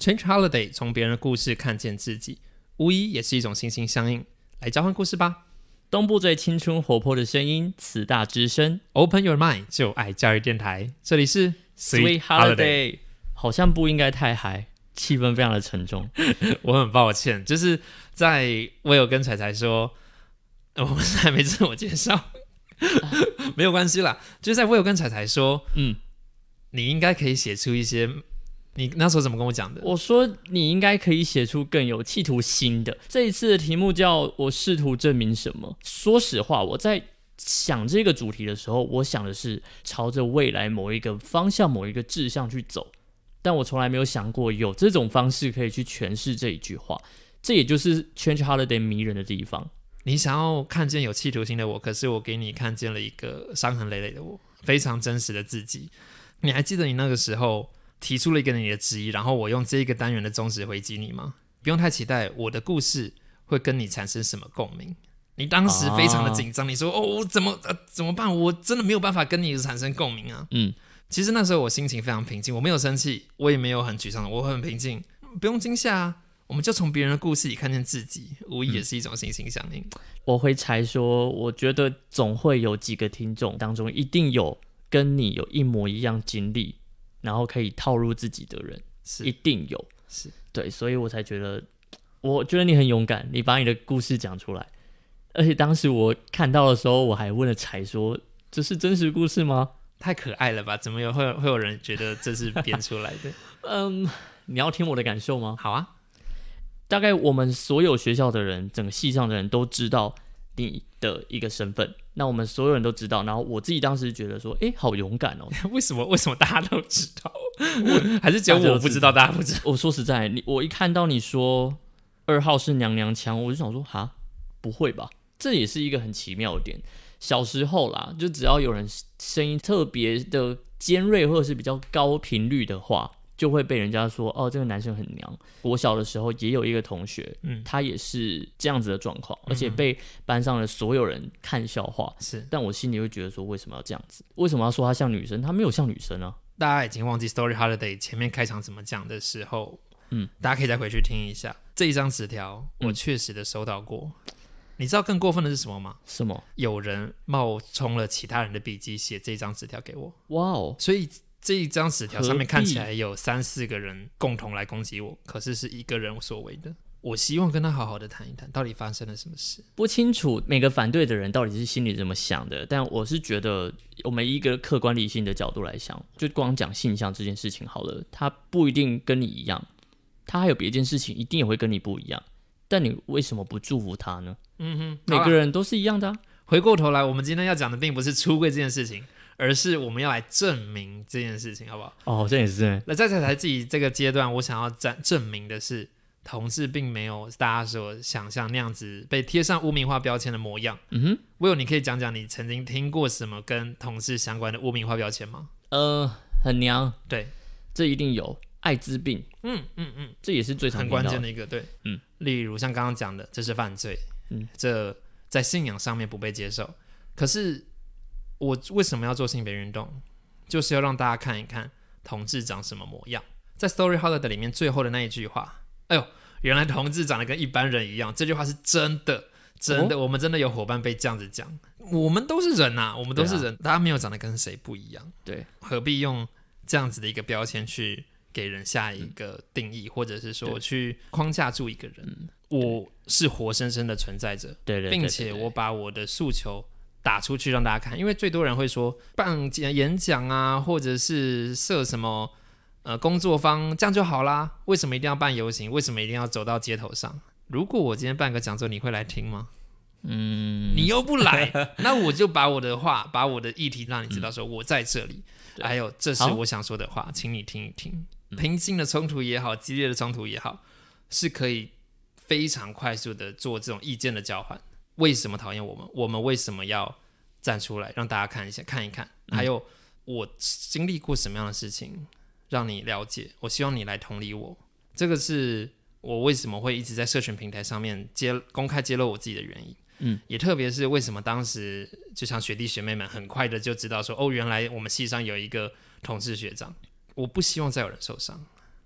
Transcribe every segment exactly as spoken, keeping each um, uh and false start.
Change Holiday 从别人的故事看见自己，无疑也是一种心心相印。来交换故事吧。 东部最青春活泼的声音，慈大之声 Open your mind， 就爱教育电台，这里是 Sweet Holiday。好像不应该太嗨，气氛非常的沉重。 我很抱歉，就是在我有跟彩彩说，呃、我们还没自我介绍，没有关系啦。就是在我有跟彩彩说，嗯，你应该可以写出一些。你那时候怎么跟我讲的？ 我说你应该可以写出更有企图心的。这一次的题目叫我试图证明什么。说实话，我在想这个主题的时候，我想的是朝着未来某一个方向、某一个志向去走，但我从来没有想过有这种方式可以去诠释这一句话。这也就是 Change Holiday 迷人的地方。 你想要看见有企图心的我，可是我给你看见了一个伤痕累累的我，非常真实的自己。你还记得你那个时候提出了一个你的质疑，然后我用这一个单元的宗旨回击你吗？不用太期待我的故事会跟你产生什么共鸣。你当时非常的紧张，啊、你说哦怎么、呃、怎么办？我真的没有办法跟你产生共鸣啊。嗯，其实那时候我心情非常平静，我没有生气，我也没有很沮丧，我很平静，不用惊吓啊。我们就从别人的故事里看见自己，无疑也是一种心心相印。嗯、 我会猜说，我觉得总会有几个听众当中，一定有跟你有一模一样经历。然后可以套入自己的人，是一定有，是对，所以我才觉得，我觉得你很勇敢，你把你的故事讲出来。而且当时我看到的时候，我还问了柴说：“这是真实故事吗？” 太可爱了吧？怎么有会有会有人觉得这是编出来的？ 嗯，你要听我的感受吗？ 好啊。 大概我们所有学校的人，整个系上的人都知道你的一个身份，那我们所有人都知道，然后我自己当时觉得说，哎，好勇敢哦！ 为什么？为什么大家都知道？还是只有我不知道，大家不知道？ 我说实在，你我一看到你说二号是娘娘腔，我就想说，哈，不会吧？这也是一个很奇妙的点。小时候啦，就只要有人声音特别的尖锐，或者是比较高频率的话，就会被人家说哦，这个男生很娘。我小的时候也有一个同学，嗯，他也是这样子的状况，而且被班上的所有人看笑话。是，但我心里会觉得说，为什么要这样子？为什么要说他像女生？他没有像女生啊。 大家已经忘记 Story Holiday 前面开场怎么讲的时候，嗯，大家可以再回去听一下这一张纸条，我确实的收到过。嗯、你知道更过分的是什么吗？ 什么？ 有人冒充了其他人的笔迹写这张纸条给我。 哇哦！ 所以这一张纸条上面看起来有三四个人共同来攻击我，可是是一个人所为的。我希望跟他好好的谈一谈，到底发生了什么事。 不清楚每个反对的人到底是心里怎么想的，但我是觉得，我们以一个客观理性的角度来想，就光讲性向这件事情好了，他不一定跟你一样，他还有别件事情一定也会跟你不一样，但你为什么不祝福他呢？嗯哼，每个人都是一样的啊。 回过头来，我们今天要讲的并不是出柜这件事情，而是我们要来证明这件事情，好不好？ 哦，这也是。 那在彩彩自己这个阶段，我想要证明的是，同志并没有大家所想象那样子被贴上污名化标签的模样。嗯哼，威友，你可以讲讲你曾经听过什么跟同志相关的污名化标签吗？ 呃，很娘， 对， 这一定有。艾滋病，嗯嗯嗯，这也是最常很关键的一个，对，嗯，例如像刚刚讲的，这是犯罪，嗯，这在信仰上面不被接受。可是我为什么要做性别运动？就是要让大家看一看同志长什么模样。在 Story Holiday 里面最后的那一句话，哎呦，原来同志长得跟一般人一样，这句话是真的，真的，哦、我们真的有伙伴被这样子讲。我们都是人啊，我们都是人，啊、大家没有长得跟谁不一样，对，何必用这样子的一个标签去给人下一个定义，嗯、或者是说去框架住一个人？嗯、我是活生生的存在着，对对对对对，并且我把我的诉求打出去让大家看，因为最多人会说办演讲啊，或者是设什么呃工作坊，这样就好啦。为什么一定要办游行？为什么一定要走到街头上？如果我今天办个讲座，你会来听吗？嗯，你又不来，那我就把我的话，把我的议题让你知道，说我在这里，嗯、还有这是我想说的话，请你听一听。平静的冲突也好，激烈的冲突也好，是可以非常快速的做这种意见的交换。为什么讨厌我们？我们为什么要站出来让大家看一下看一看？还有我经历过什么样的事情，让你了解。我希望你来同理我。这个是我为什么会一直在社群平台上面揭公开揭露我自己的原因。嗯，也特别是为什么当时就像学弟学妹们很快的就知道说，哦，原来我们系上有一个同志学长。我不希望再有人受伤，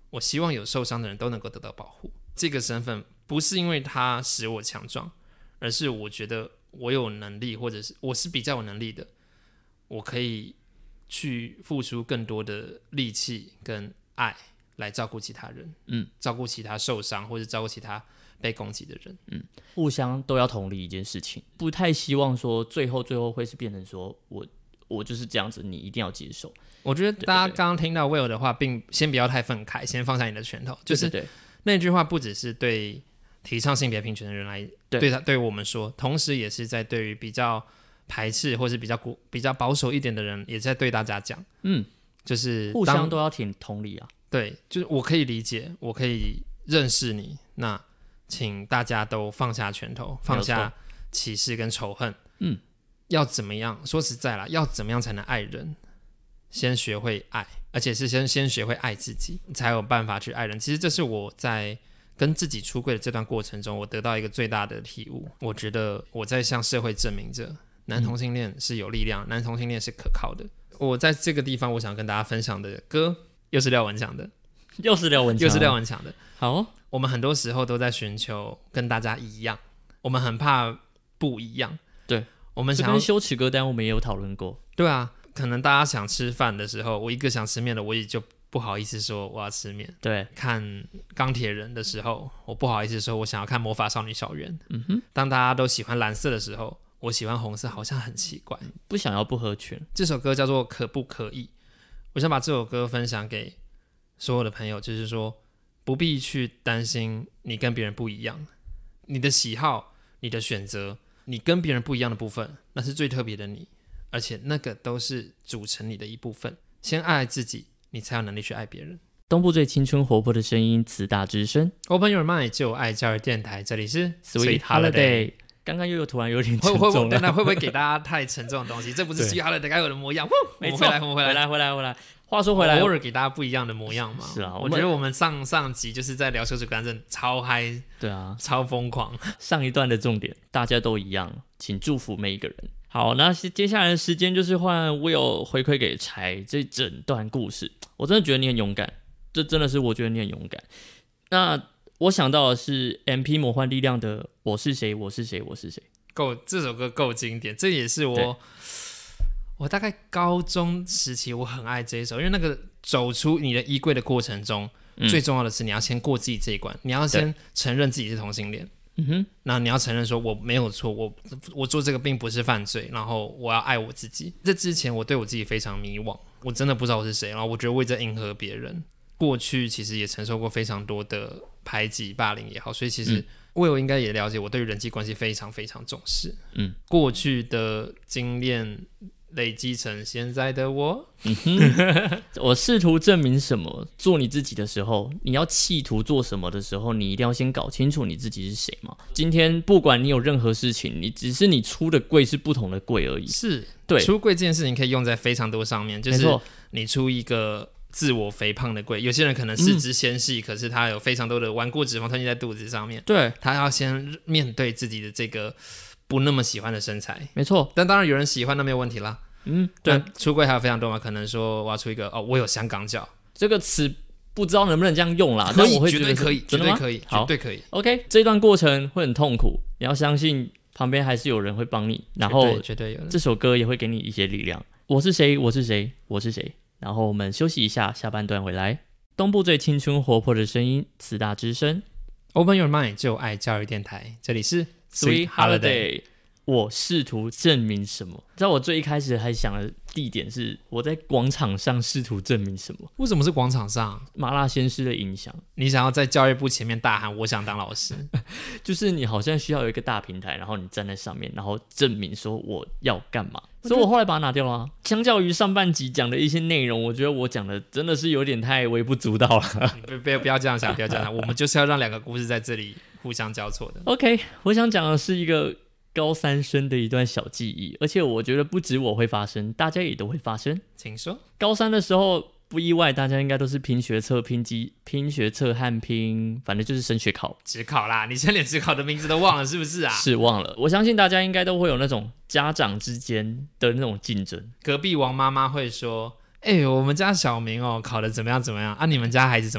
我希望有受伤的人都能够得到保护。这个身份不是因为它使我强壮，而是我觉得我有能力，或者是我是比较有能力的，我可以去付出更多的力气跟爱来照顾其他人，嗯，照顾其他受伤或者照顾其他被攻击的人， 嗯，互相都要同理一件事情，不太希望说最后最后会是变成说我我就是这样子，你一定要接受。 我觉得大家刚刚听到 Will 的话，并先不要太愤慨，先放下你的拳头，就是对对对， 那句话不只是对提倡性别平权的人来对对他对我们说，同时也是在对于比较排斥或是比较比较保守一点的人，也在对大家讲，嗯，就是互相都要挺同理啊。 对，就是我可以理解，我可以认识你，那请大家都放下拳头，放下歧视跟仇恨。嗯，要怎么样？说实在啦，要怎么样才能爱人？先学会爱，而且是先先学会爱自己，才有办法去爱人。其实这是我在跟自己出柜的这段过程中，我得到一个最大的体悟。我觉得我在向社会证明着，男同性恋是有力量，嗯、男同性恋是可靠的。我在这个地方，我想跟大家分享的歌，又是廖文强的， 又是廖文强， 又是廖文强的。 好、哦， 我们很多时候都在寻求跟大家一样，我们很怕不一样。 对， 我们想要这跟羞耻歌单我们也有讨论过。 对啊。可能大家想吃饭的时候，我一个想吃面的，我也就不好意思说我要吃面。 对， 看钢铁人的时候，我不好意思说我想要看魔法少女小圆。嗯哼，当大家都喜欢蓝色的时候，我喜欢红色，好像很奇怪。 不想要不合群。 这首歌叫做《可不可以》，我想把这首歌分享给所有的朋友，就是说不必去担心你跟别人不一样，你的喜好、你的选择，你跟别人不一样的部分，那是最特别的你。而且那个都是组成你的一部分，先爱自己，你才有能力去爱别人。 东部最青春活泼的声音，慈大之声 Open Your Mind 就爱教育电台，这里是 Sweet Holiday。刚刚又有突然有点沉重了， 会不会给大家太沉重的东西？这不是 Sweet Holiday 该有的模样。 没错， 我们回来， 回来，回来，回来。话说回来， 偶尔给大家不一样的模样嘛。 是啊， 我觉得我们上上集就是在聊羞耻感，真的超嗨， 对啊， 超疯狂。 上一段的重点，大家都一样，请祝福每一个人。好，那接下来的时间就是换 Will 回馈给柴这整段故事。我真的觉得你很勇敢，这真的是我觉得你很勇敢。那我想到的是 M P 魔幻力量的《我是谁，我是谁，我是谁》。 够，这首歌够经典，这也是我我大概高中时期我很爱这一首，因为那个走出你的衣柜的过程中，嗯、最重要的是你要先过自己这一关，你要先承认自己是同性恋。嗯哼，那你要承认说我没有错，我我做这个并不是犯罪，然后我要爱我自己。这之前我对我自己非常迷惘，我真的不知道我是谁，然后我觉得我也在迎合别人。过去其实也承受过非常多的排挤、霸凌也好，所以其实我有应该也了解，我对于人际关系非常非常重视。嗯，过去的经验累积成现在的我。 嗯哼，我试图证明什么？做你自己的时候，你要企图做什么的时候，你一定要先搞清楚你自己是谁嘛。今天不管你有任何事情，你只是你出的柜是不同的柜而已。 是， 对， 出柜这件事情可以用在非常多上面，就是你出一个自我肥胖的柜，有些人可能四肢纤细、嗯，可是他有非常多的顽固脂肪囤积在肚子上面。 对， 他要先面对自己的这个不那么喜欢的身材。 没错， 但当然有人喜欢，那没有问题啦。 嗯，对， 出柜还有非常多嘛，可能说我要出一个哦，我有香港脚这个词，不知道能不能这样用啦？ 可以， 但我会绝对可以，绝对可以， 绝对可以。 OK， 这段过程会很痛苦，你要相信旁边还是有人会帮你，然后绝对有人。 这首歌也会给你一些力量。我是谁？我是谁？我是谁？然后我们休息一下，下半段回来。东部最青春活泼的声音，慈大之声 ，Open Your Mind 就爱教育电台，这里是 Sweet Holiday。我试图证明什么？在我最一开始还想的地点是我在广场上试图证明什么？ 为什么是广场上？ 麻辣鲜师的影响。你想要在教育部前面大喊"我想当老师"， 就是你好像需要有一个大平台，然后你站在上面，然后证明说我要干嘛。所以我后来把它拿掉了、啊。相较于上半集讲的一些内容，我觉得我讲的真的是有点太微不足道了。 不不不要这样想，不要这样想，我们就是要让两个故事在这里互相交错的。 OK， 我想讲的是一个高三生的一段小记忆，而且我觉得不止我会发生，大家也都会发生。 请说。 高三的时候不意外，大家应该都是拼学测、拼基、拼学测和拼，反正就是升学考、 指考啦。你现在连指考的名字都忘了是不是啊？ 是忘了。我相信大家应该都会有那种家长之间的那种竞争。 隔壁王妈妈会说："哎、欸，我们家小明哦考得怎么样怎么样啊？你们家孩子怎么样？"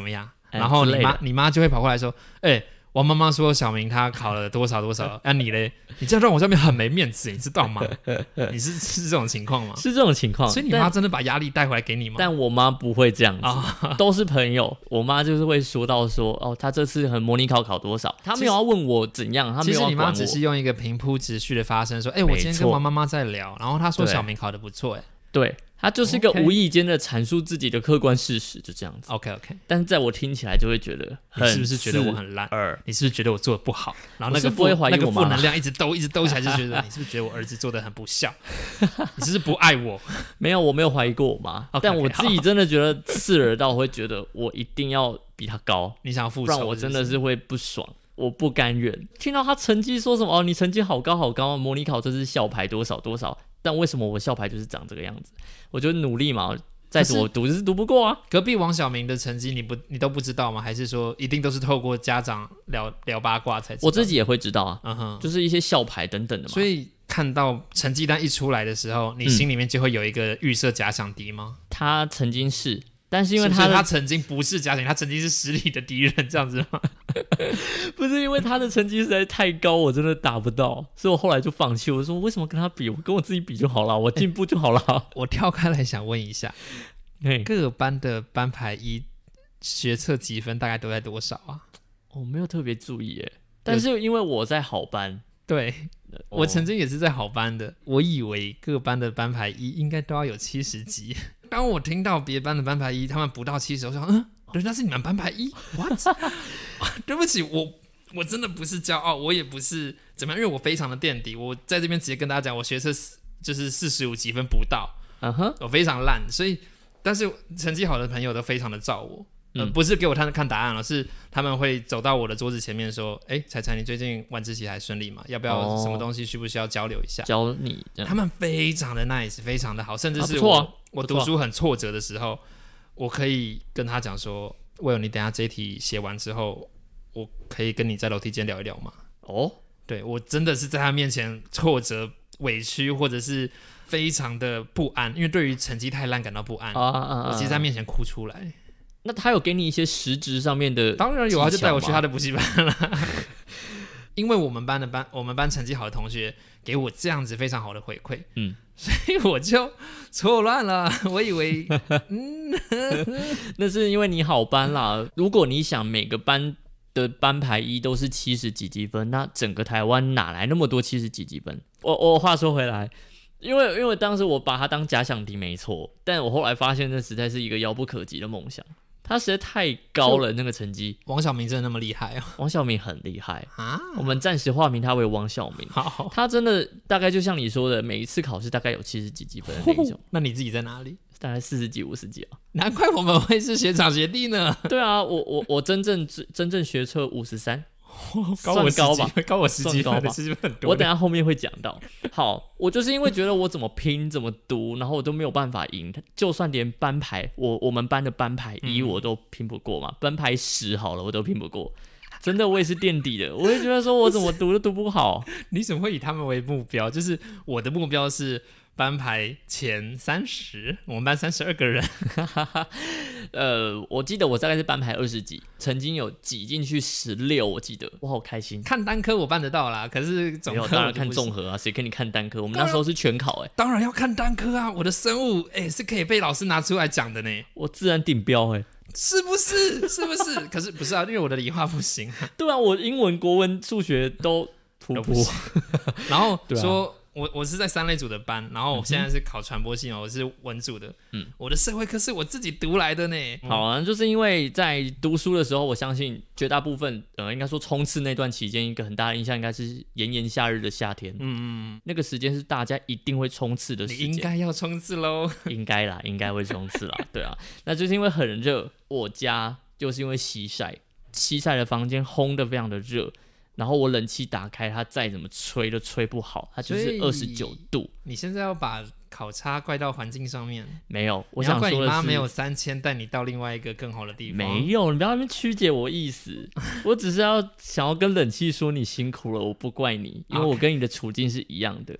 然后你妈你妈就会跑过来说，哎、欸。王妈妈说小明他考了多少多少，那、啊、你嘞？你这样让我上面很没面子，你知道吗？你是是这种情况吗？ 是这种情况， 所以你妈真的把压力带回来给你吗？ 但我妈不会这样子， 哦、 都是朋友。我妈就是会说到说，哦，她这次很模拟考考多少，她没有要问我怎样，她没有要管我。 其实你妈只是用一个平铺直叙的发声说，哎、欸，我今天跟王妈妈在聊，然后她说小明考得不错，哎， 对。他就是一个无意间的阐述自己的客观事实，就这样子。 OK OK， 但是在我听起来就会觉得很， 你是不是觉得我很烂？你是不是觉得我做的不好？然后那个不会怀疑我那个负能量一直兜一直兜起来，就觉得你是不是觉得我儿子做的很不孝？你是不是不爱我？ 没有，我没有怀疑过我妈， okay, 但我自己真的觉得刺耳到，我会觉得我一定要比他高。 你想要复仇， 不然我真的是会不爽。我不甘愿听到他成绩说什么哦，你成绩好高好高，模拟考这是校排多少多少，但为什么我校排就是长这个样子？我就努力嘛，再怎么读就是读不过啊。 隔壁王小明的成绩你不你都不知道吗？还是说一定都是透过家长聊聊八卦才知道？ 我自己也会知道啊， 嗯哼， 就是一些校排等等的嘛。 所以看到成绩单一出来的时候，你心里面就会有一个预设假想敌吗？ 嗯、他曾经是。但是因为他是是他曾经不是假想敌，他曾经是实力的敌人，这样子吗？ 不是，因为他的成绩实在太高，我真的达不到，所以我后来就放弃。我说为什么跟他比？我跟我自己比就好了，我进步就好了、欸。 我跳开来想问一下，各班的班排一学测积分大概都在多少啊？ 我没有特别注意耶，但是因为我在好班， 对、哦、我曾经也是在好班的，我以为各班的班排一应该都要有七十级。当我听到别班的班排一他们不到七十，我想嗯，人家是你们班排一 ，what？ 对不起，我我真的不是骄傲，我也不是怎么样，因为我非常的垫底。我在这边直接跟大家讲，我学测就是四十五积分不到，嗯哼，我非常烂，所以但是成绩好的朋友都非常的照我。呃、不是给我看看答案了，是他们会走到我的桌子前面说：“哎，彩彩，你最近晚自习还顺利吗？要不要什么东西需不需要交流一下？” 教你， 他们非常的 nice， 非常的好，甚至是我、啊啊、我读书很挫折的时候，我可以跟他讲说：“为了你等一下这一题写完之后，我可以跟你在楼梯间聊一聊吗？”哦，对我真的是在他面前挫折、委屈，或者是非常的不安，因为对于成绩太烂感到不安，啊啊啊我其实在他面前哭出来。 那他有给你一些实质上面的？ 当然有啊，就带我去他的补习班了。因为我们班的班，我们班成绩好的同学给我这样子非常好的回馈，嗯，所以我就错乱了。我以为，嗯， 那是因为你好班啦。如果你想每个班的班排一都是七十几积分，那整个台湾哪来那么多七十几积分？我我话说回来。因为因为当时我把它当假想敌没错，但我后来发现那实在是一个遥不可及的梦想，他实在太高了那个成绩。 王小明真的那么厉害哦？ 王小明很厉害啊！我们暂时化名他为王小明。 好， 他真的大概就像你说的，每一次考试大概有七十几积分的那一种。 那你自己在哪里？ 大概四十几、五十几啊！ 难怪我们会是学长学弟呢。 对啊，我我我真正真正学测五十三。 高我算高吧， 高我十几分的， 是很多。我等一下后面会讲到。好，我就是因为觉得我怎么拼怎么读，然后我都没有办法赢，就算连班排我我们班的班排一我都拼不过嘛，嗯、班排十好了我都拼不过。真的，我也是垫底的，我也觉得说我怎么读都读不好。 你怎么会以他们为目标？就是我的目标是班排前三十，我们班三十二个人。 呃，我记得我大概是班排二十几，曾经有挤进去十六，我记得我好开心。 看单科我办得到啦，可是总科当然看综合啊，谁跟你看单科？我们那时候是全考哎、欸， 当然要看单科啊。我的生物哎、欸、是可以被老师拿出来讲的呢， 我自然顶标哎、欸。 是不是？是不是？可是不是啊，因为我的理化不行、啊。 对啊，我英文、国文、数学都普普。 然后说、啊、我我是在三类组的班，然后我现在是考传播系嘛，我是文组的。嗯，我的社会科是我自己读来的呢。 嗯、好啊，就是因为在读书的时候，我相信绝大部分呃，应该说冲刺那段期间，一个很大的印象应该是炎炎夏日的夏天。嗯嗯，那个时间是大家一定会冲刺的时间。 你应该要冲刺喽。 应该啦，应该会冲刺啦。对啊，那就是因为很热。我家就是因为西晒，西晒的房间烘得非常的热，然后我冷气打开，它再怎么吹都吹不好，它就是二十九度。 你现在要把考差怪到环境上面？ 没有，我想说的是， 你要怪你妈没有三千带你到另外一个更好的地方。 没有，你不要在那边曲解我意思，我只是要想要跟冷气说你辛苦了，我不怪你，因为我跟你的处境是一样的。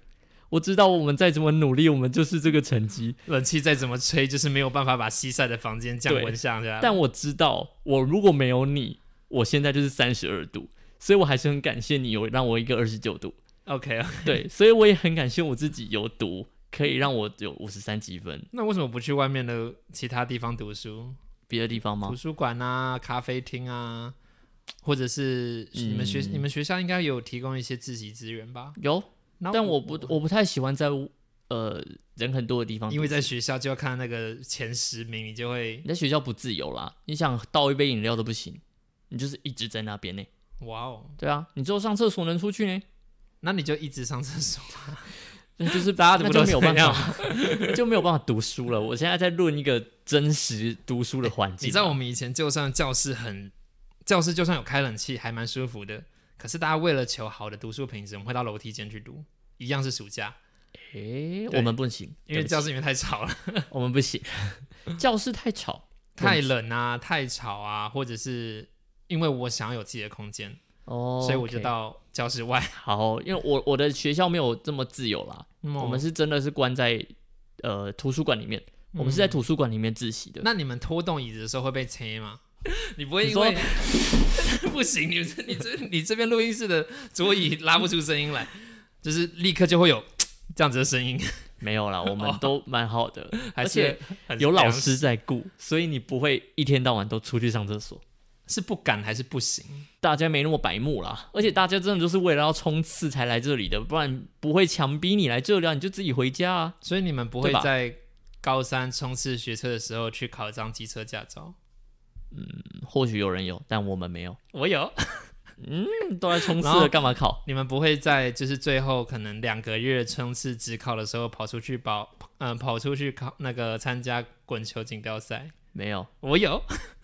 我知道我们再怎么努力，我们就是这个成绩。 冷气再怎么吹，就是没有办法把西晒的房间降温下来。 但我知道，我如果没有你，我现在就是三十二度，所以我还是很感谢你有让我一个二十九度。 OK， 对，所以我也很感谢我自己有读，可以让我有五十三积分。 那为什么不去外面的其他地方读书？ 别的地方吗？ 图书馆啊，咖啡厅啊，或者是你们学、嗯、你们学校应该有提供一些自习资源吧？ 有。但我不我不太喜欢在呃人很多的地方， 因为在学校就要看那个前十名，你就会你在学校不自由啦。你想倒一杯饮料都不行，你就是一直在那边呢。 哇哦， 对啊，你只有上厕所能出去呢， 那你就一直上厕所， 那就是大家那就没有办法，就没有办法读书了。我现在在论一个真实读书的环境、啊。 你知道我们以前就算教室很教室就算有开冷气，还蛮舒服的。可是大家为了求好的读书品质，我们会到楼梯间去读，一样是暑假。 诶、欸，我们不行， 因为教室里面太吵了。 我们不行，教室太吵、 太冷啊、太吵啊，或者是因为我想要有自己的空间，哦，所以我就到教室外。 好，因为我我的学校没有这么自由啦，嗯、我们是真的是关在呃图书馆里面，嗯、我们是在图书馆里面自习的。 那你们拖动椅子的时候会被催吗？你不会因为不行，你你这你这边录音室的桌椅拉不出声音来，就是立刻就会有这样子的声音。 没有啦，我们都蛮好的，而且有老师在顾，所以你不会一天到晚都出去上厕所。 是不敢还是不行？ 大家没那么白目啦，而且大家真的就是为了要冲刺才来这里的，不然不会强逼你来这里啊，你就自己回家啊。 所以你们不会在高三冲刺学车的时候去考一张机车驾照？ 嗯，或许有人有，但我们没有。 我有， 嗯，都在冲刺了，干嘛考？ 你们不会在就是最后可能两个月冲刺指考的时候跑出去跑，嗯、呃，跑出去考那个参加滚球锦标赛？ 没有， 我有。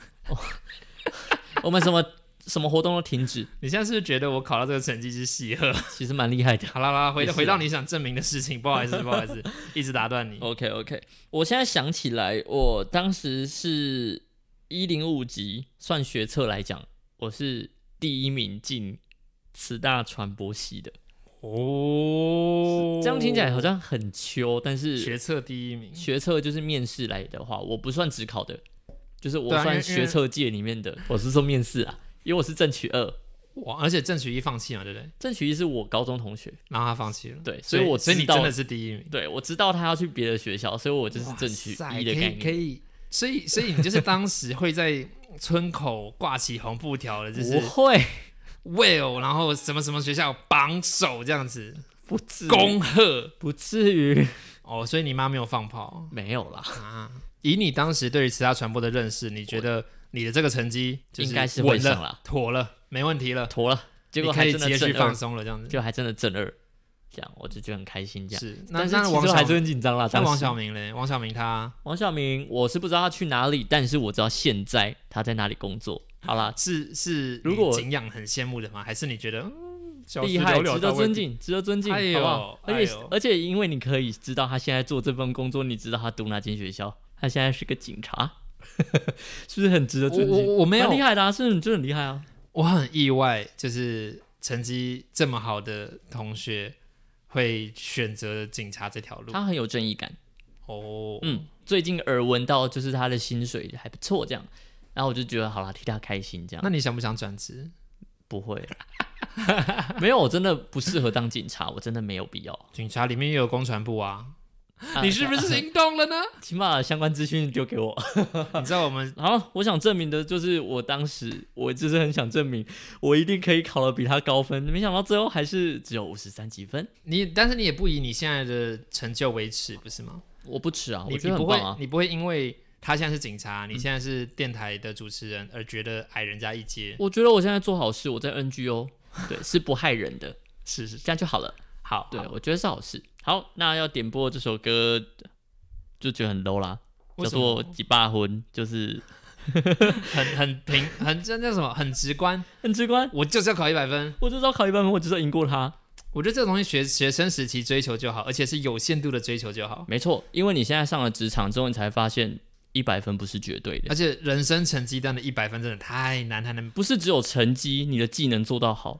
我们什么什么活动都停止。 你现在是不是觉得我考到这个成绩是喜贺？ 其实蛮厉害的。 好啦啦，回回到你想证明的事情，不好意思，不好意思，一直打断你。 OK OK， 我现在想起来，我当时是一零五级，算学测来讲，我是第一名进慈大传播系的。哦，这样听起来好像很秋，但是学测第一名， 学测就是面试来的话，我不算指考的。就是我算学测界里面的，啊、我是说面试啊，因为我是正取二， 哇，而且正取一放弃嘛，对不对？ 正取一是我高中同学， 然后他放弃了， 对，所以我知道， 所以你真的是第一名， 对，我知道他要去别的学校，所以我就是正取一的概念， 可以，可以，所以，所以你就是当时会在村口挂起红布条的，就是不会 ，Well， 然后什么什么学校榜首这样子， 不至于， 恭贺， 不至于， 哦，所以你妈没有放炮， 没有啦， 啊。以你当时对于慈大传播的认识，你觉得你的这个成绩就是应该是会上了，妥了，没问题了， 妥了，结果还真的可以直接去放松了，这样子， 就还真的正二，这样我就觉得很开心。这样是， 但是其实还是很紧张啦。 那王小明嘞？王小明他， 王小明，我是不知道他去哪里，但是我知道现在他在哪里工作。好啦， 是是，如果敬仰很羡慕的吗？还是你觉得？嗯， 厉害，值得尊敬，值得尊敬， 哎、 好不好？而且、 哎、 而且，因为你可以知道他现在做这份工作，你知道他读哪间学校，他现在是个警察，是不是很值得尊敬？ 我 我, 我没有蛮厉害的啊，是不是就很厉害啊？ 我很意外，就是成绩这么好的同学会选择警察这条路， 他很有正义感哦。 嗯，最近耳闻到就是他的薪水还不错，这样，然后我就觉得好啦，替他开心这样。 那你想不想转职？ 不会。没有，我真的不适合当警察，我真的没有必要。 警察里面也有公传部啊，啊你是不是心动了呢？ 起码相关资讯丢给我。 你知道我们好，我想证明的就是我当时，我就是很想证明，我一定可以考得比他高分，没想到最后还是只有五十三几分。 你，但是你也不以你现在的成就为耻，不是吗？ 我不耻啊， 你我觉得很棒啊。 你不会因为他现在是警察，你现在是电台的主持人，而觉得矮人家一阶？ 我觉得我现在做好事，我在 N G O。对，是不害人的， 是是， 这样就好了。 好， 对，我觉得是好事。好，那要点播这首歌，就觉得很 low 啦，叫做《几把婚》，就是很很平，很这叫什么？很直观， 很直观。 我就是要考一百分， 我就是要考一百分，我就是要赢过他。 我觉得这个东西学学生时期追求就好，而且是有限度的追求就好。 没错，因为你现在上了职场之后，你才发现一百分不是绝对的， 而且人生成绩单的一百分真的太难太难， 不是只有成绩，你的技能做到好，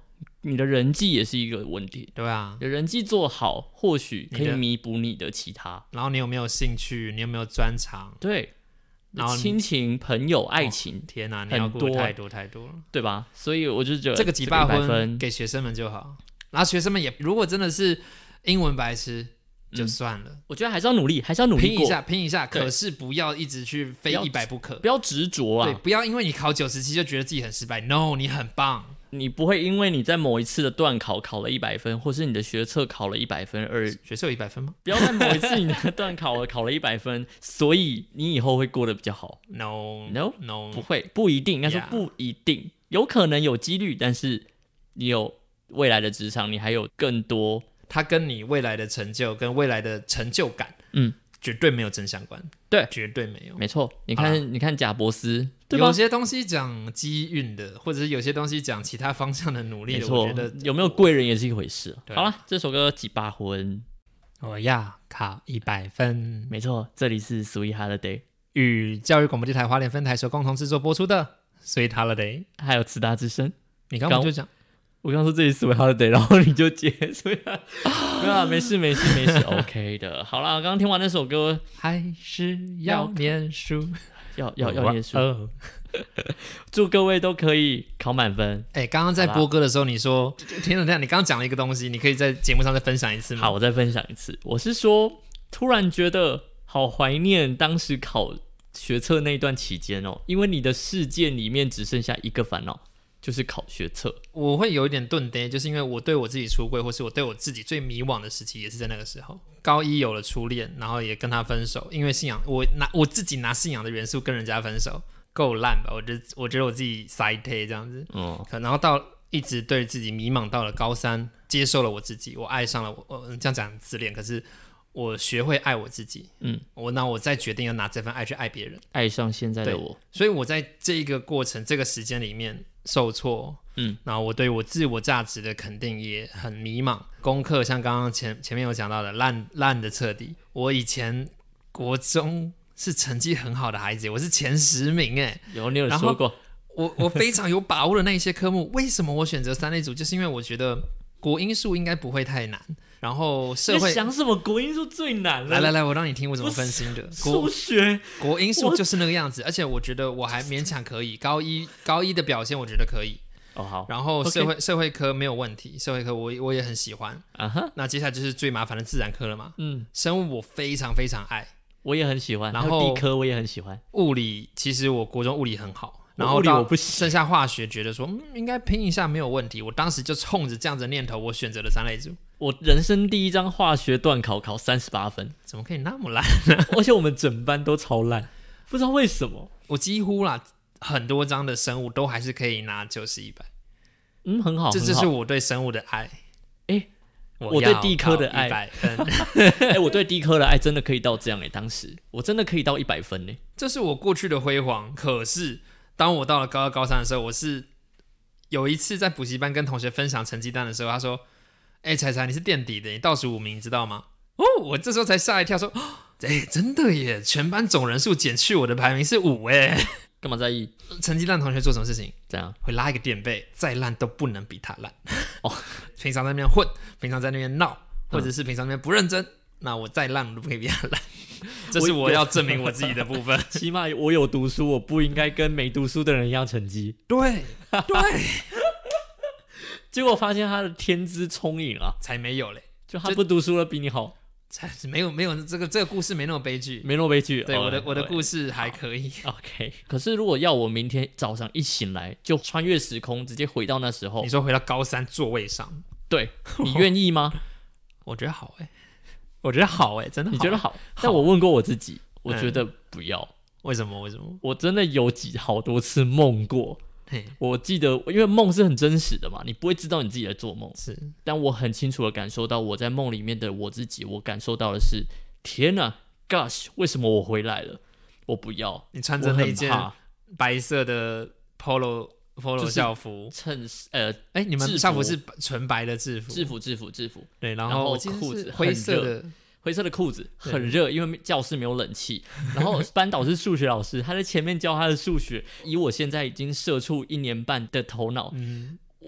你的人际也是一个问题。 对啊， 你的人际做好，或许可以弥补你的其他。 然后你有没有兴趣？你有没有专长？ 对， 然后亲情、朋友、爱情， 哦、天哪，你要顾太多太多了， 对吧？所以我就觉得这个几百分分给学生们就好。然后学生们也如果真的是英文白痴。就算了、嗯， 我觉得还是要努力，还是要努力拼一下，拼一下。可是不要一直去非一百不可， 不要执着啊！ 对，不要因为你考九十七就觉得自己很失败。No， 你很棒。 你不会因为你在某一次的段考考了一百分，或是你的学测考了一百分而学测有一百分吗？ 不要在某一次你的段考考了一百分，所以你以后会过得比较好。 No No No， 不会，不一定。应该说不一定， yeah. 有可能有几率，但是你有未来的职场，你还有更多。 它跟你未来的成就跟未来的成就感， 嗯， 绝对没有正相关， 对， 绝对没有， 没错。你看，你看贾伯斯，对吧？ 有些东西讲机运的，或者是有些东西讲其他方向的努力的，我觉得有没有贵人也是一回事。好了，这首歌几把魂， 我要考一百分。 没错，这里是 Sweet Holiday， 与教育广播电台花莲分台所共同制作播出的 Sweet Holiday， 还有慈大之声。 你刚刚就讲。 我刚说这里是 Sweet Holiday， 然后你就接，所以啊，没有啊，没事没事没事 ，OK 的。好啦，刚刚听完那首歌， 还是要念书， 要要要念书。哦、祝各位都可以考满分。 哎、欸，刚刚在播歌的时候，你说，听了这样，你刚刚讲了一个东西，你可以在节目上再分享一次吗？ 好，我再分享一次。我是说，突然觉得好怀念当时考学测那一段期间哦，因为你的世界里面只剩下一个烦恼。就是考学测， 我会有一点顿呆，就是因为我对我自己出柜，或是我对我自己最迷惘的时期，也是在那个时候。高一有了初恋，然后也跟他分手，因为信仰，我拿我自己拿信仰的元素跟人家分手，够烂吧？我觉得，我觉得我自己塞退这样子，嗯，然后到一直对自己迷茫，到了高三，接受了我自己，我爱上了我，我这样讲很自恋，可是我学会爱我自己，嗯，我那我再决定要拿这份爱去爱别人， 爱上现在的我。 所以我在这一个过程、这个时间里面。受挫，嗯，然后我对我自我价值的肯定也很迷茫。功课像刚刚前前面有讲到的，烂烂的彻底。我以前国中是成绩很好的孩子，我是前十名哎， 有你有说过。 我我非常有把握的那一些科目，为什么我选择三类组？就是因为我觉得国英数应该不会太难。然后社会你想什么？国英数最难了。 来来来，我让你听我怎么分心的。 数学国英数就是那个样子，而且我觉得我还勉强可以。高一高一的表现我觉得可以。 哦好。 然后社会、 okay. 社会科没有问题，社会科我我也很喜欢。啊哈。那接下来就是最麻烦的自然科了嘛。嗯。生物我非常非常爱， 我也很喜欢。 然后地科我也很喜欢。 物理其实我国中物理很好。然后到剩下化学，觉得说嗯应该拼一下没有问题。我当时就冲着这样子的念头，我选择了三类组。 我人生第一张化学段考考三十八分， 怎么可以那么烂呢？ 而且我们整班都超烂，不知道为什么。 我几乎啦很多张的生物都还是可以拿九十一百， 嗯，很好。 这就是我对生物的爱。 哎，我对地科的爱，哎，我对地科的爱真的可以到这样哎、欸，当时我真的可以到一百分哎、欸， 这是我过去的辉煌。可是当我到了高二、高三的时候，我是有一次在补习班跟同学分享成绩单的时候，他说：“哎、欸，彩彩，你是垫底的，你倒数五名，你知道吗？”哦，我这时候才吓一跳，说：“哎、欸，真的耶！全班总人数减去我的排名是五哎， 干嘛在意？ 成绩烂同学做什么事情？ 这样会拉一个垫背，再烂都不能比他烂。哦，平常在那边混，平常在那边闹，或者是平常在那边不认真，嗯、那我再烂我都不可以比他烂。”这是我要证明我自己的部分。 起码我有读书，我不应该跟没读书的人一样成绩。 对对， 结果发现他的天资聪颖啊， 才没有嘞！ 就他不读书了比你好， 才没有没有这个这个故事没那么悲剧， 没那么悲剧。 对， 哦、 我的我的故事还可以。 OK， 可是如果要我明天早上一醒来就穿越时空，直接回到那时候， 你说回到高三座位上， 对你愿意吗？ 我觉得好哎、欸。我觉得好哎、欸，真的好， 你觉得好？但我问过我自己，我觉得不要。嗯、 为什么？为什么？ 我真的有几好多次梦过。我记得，因为梦是很真实的嘛，你不会知道你自己在做梦。 是， 但我很清楚的感受到我在梦里面的我自己，我感受到的是，天哪 ，Gosh， 为什么我回来了？我不要。 你穿着那件白色的 polo polo 校服， 衬呃， 哎、欸，你们校服是纯白的制服， 制服制服制服， 对，然后裤子灰色的。 灰色的裤子很热，因为教室没有冷气。然后班导是数学老师，他在前面教他的数学。以我现在已经社畜一年半的头脑，嗯、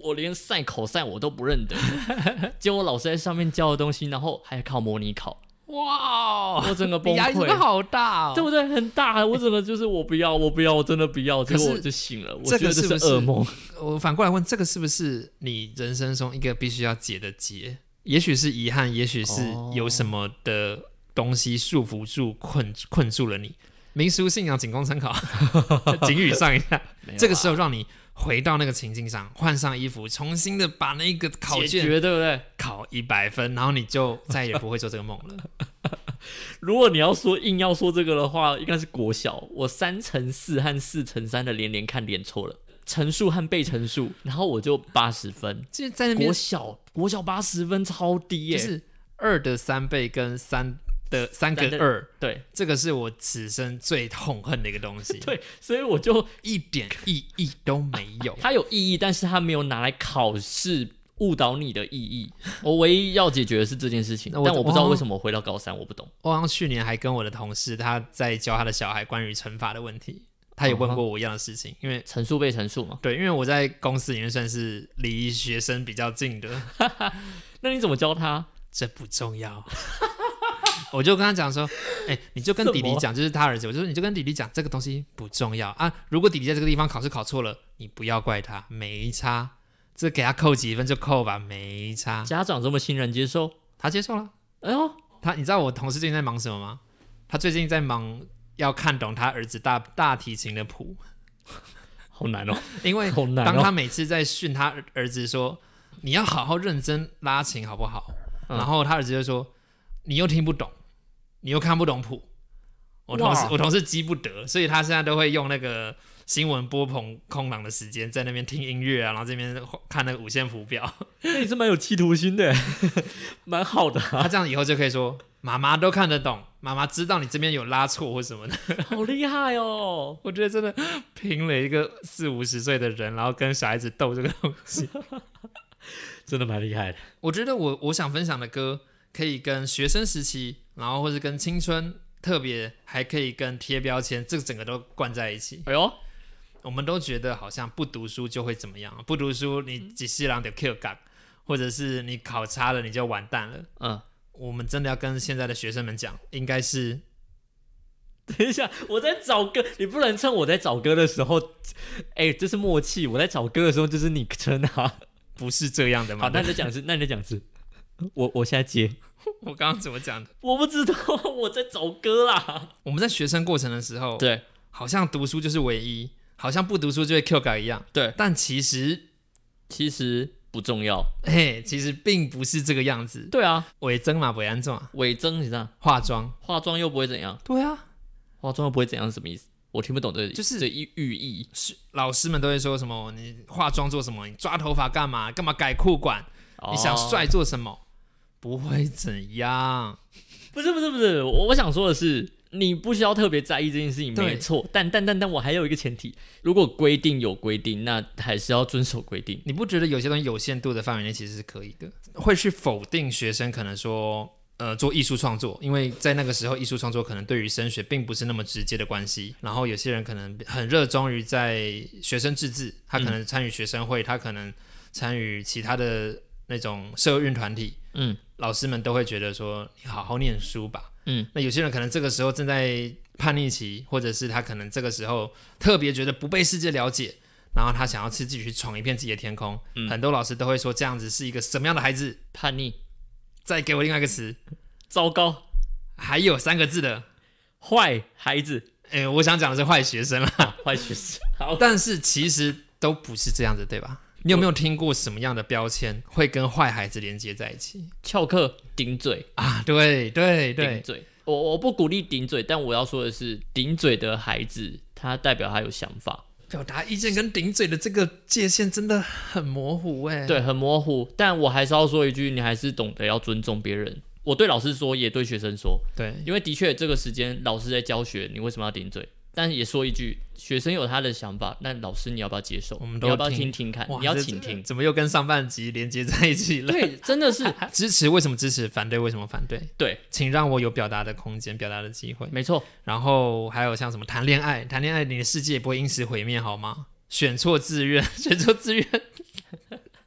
我连 sin cos 我都不认得，结果老师在上面教的东西，然后还考模拟考， 哇， 我整个崩溃， 压力真的好大哦， 对不对？很大，我整个就是我不要，我不要，我真的不要，结果我就醒了，我觉得这是噩梦。 我反过来问，这个是不是你人生中一个必须要解的结？也许是遗憾，也许是有什么的东西束缚住、困困住了你。民俗信仰仅供参考，警语上一下。这个时候让你回到那个情境上，换上衣服，重新的把那个考卷解决，对不对？ 考一百分，然后你就再也不会做这个梦了。 如果你要说硬要说这个的话，应该是国小，我三乘四和四乘三的连连看连错了，乘数和被乘数，然后我就八十分。 就是在那边国小国小八十分超低耶、欸， 就是二的三倍跟三的三个二， 对， 这个是我此生最痛恨的一个东西。 对，所以我就一点意义都没有。 它有意义，但是它没有拿来考试误导你的意义。我唯一要解决的是这件事情，但我不知道为什么回到高三，我不懂。 我好像去年还跟我的同事他在教他的小孩关于乘法的问题，他也问过我一样的事情，因为乘数被乘数嘛。 对，因为我在公司里面算是离学生比较近的。 那你怎么教他？ 这不重要。我就跟他讲说，哎、欸，你就跟弟弟讲，就是他儿子，我就说你就跟弟弟讲，这个东西不重要啊。如果弟弟在这个地方考试考错了，你不要怪他，没差，这给他扣几分就扣吧，没差。 家长这么欣然接受， 他接受了。 哎呦， 他你知道我同事最近在忙什么吗？他最近在忙要看懂他儿子大大提琴的谱， 好难哦。 因为好难哦， 当他每次在训他儿子说，你要好好认真拉琴好不好？嗯、然后他儿子就说，你又听不懂。你又看不懂谱，我同事我同事激不得，所以他现在都会用那个新闻播棚空档的时间，在那边听音乐啊，然后这边看那个五线谱表。 那你是蛮有企图心的，蛮好的、啊。 他这样以后就可以说，妈妈都看得懂，妈妈知道你这边有拉错或什么的， 好厉害哦！ 我觉得真的拼了一个四五十岁的人，然后跟小孩子斗这个东西， 真的蛮厉害的。 我觉得我我想分享的歌，可以跟学生时期。然后或是跟青春，特别还可以跟贴标签，这个整个都灌在一起。 哎呦， 我们都觉得好像不读书就会怎么样，不读书你几世人就 Q 杠，或者是你考差了你就完蛋了。嗯，我们真的要跟现在的学生们讲，应该是， 等一下，我在找歌，你不能趁我在找歌的时候，哎，这是默契。我在找歌的时候就是你称啊， 不是这样的吗？ 好，那你再讲一次，那你再讲一次。我我现在接。 我刚刚怎么讲的？ 我不知道，我在找歌啦。 我们在学生过程的时候， 对， 好像读书就是唯一，好像不读书就会 Q 改一样。 对， 但其实其实不重要。 嘿，其实并不是这个样子。 对啊， 伪增嘛，伪安怎？ 伪增是这样， 化妆， 化妆又不会怎样。 对啊， 化妆又不会怎样是什么意思？我听不懂这， 就是这寓意。 老师们都会说什么？你化妆做什么？你抓头发干嘛？干嘛改裤管？哦、你想帅做什么？不会怎样， 不是不是不是，我我想说的是，你不需要特别在意这件事情，没错。但但但但我还有一个前提，如果规定有规定，那还是要遵守规定。 你不觉得有些东西有限度的范围内其实是可以的？会去否定学生可能说，呃，做艺术创作，因为在那个时候，艺术创作可能对于升学并不是那么直接的关系。然后有些人可能很热衷于在学生自治，他可能参与学生会，他可能参与其他的那种社运团体，嗯。老师们都会觉得说你好好念书吧，嗯，那有些人可能这个时候正在叛逆期，或者是他可能这个时候特别觉得不被世界了解，然后他想要自己去闯一片自己的天空，嗯，很多老师都会说这样子是一个什么样的孩子？ 叛逆。 再给我另外一个词， 糟糕。 还有三个字的坏孩子。 欸，我想讲的是坏学生啦， 坏学生。好， 但是其实都不是这样子，对吧？你有没有听过什么样的标签会跟坏孩子连接在一起？ 翘课、顶嘴啊，对对对， 顶嘴。我我不鼓励顶嘴，但我要说的是，顶嘴的孩子，他代表他有想法。 表达意见跟顶嘴的这个界限真的很模糊哎。 对，很模糊。但我还是要说一句，你还是懂得要尊重别人。我对老师说，也对学生说。对，因为的确这个时间老师在教学，你为什么要顶嘴？但也说一句，学生有他的想法，那老师你要不要接受？ 我们都你要不要听听看？你要倾听。 怎么又跟上半集连接在一起了？ 对，真的是支持为什么支持，反对为什么反对？ 对， 请让我有表达的空间，表达的机会。 没错。 然后还有像什么谈恋爱，谈恋爱你的世界也不会因此毁灭，好吗？选错志愿，选错志愿，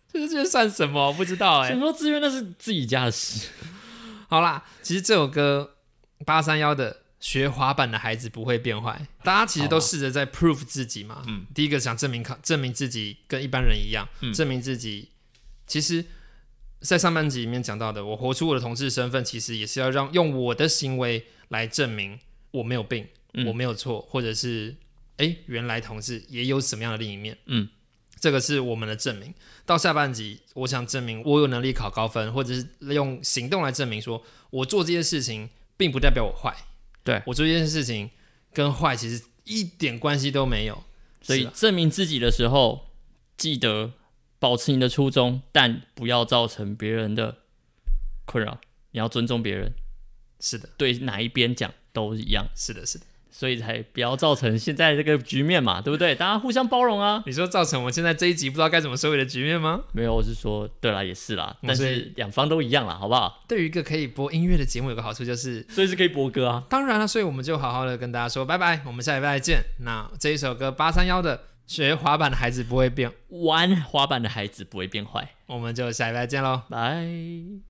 算什么？我不知道哎、欸。 什么自愿那是自己家的事。 好啦，其实这首歌八三一的学滑板的孩子不会变坏，大家其实都试着在 prove 自己嘛。嗯，第一个想证明证明自己跟一般人一样，嗯、证明自己。其实，在上半集里面讲到的，我活出我的同志身份，其实也是要让用我的行为来证明我没有病，嗯、我没有错，或者是哎，原来同志也有什么样的另一面。嗯。这个是我们的证明。到下半集，我想证明我有能力考高分，或者是用行动来证明说，我做这件事情并不代表我坏。 对， 我做这件事情跟坏其实一点关系都没有。 所以证明自己的时候，记得保持你的初衷，但不要造成别人的困扰。你要尊重别人。 是的， 对哪一边讲都一样。 是的，是的。 所以才不要造成现在这个局面嘛，对不对？大家互相包容啊。 你说造成我们现在这一集不知道该怎么收尾的局面吗？ 没有，我是说，对啦，也是啦，但是两方都一样啦，好不好？ 对于一个可以播音乐的节目有个好处就是， 所以是可以播歌啊。 当然了，所以我们就好好的跟大家说拜拜，我们下礼拜见。那这一首歌八三一的学滑板的孩子不会变， 玩滑板的孩子不会变坏， 我们就下礼拜见喽， 拜。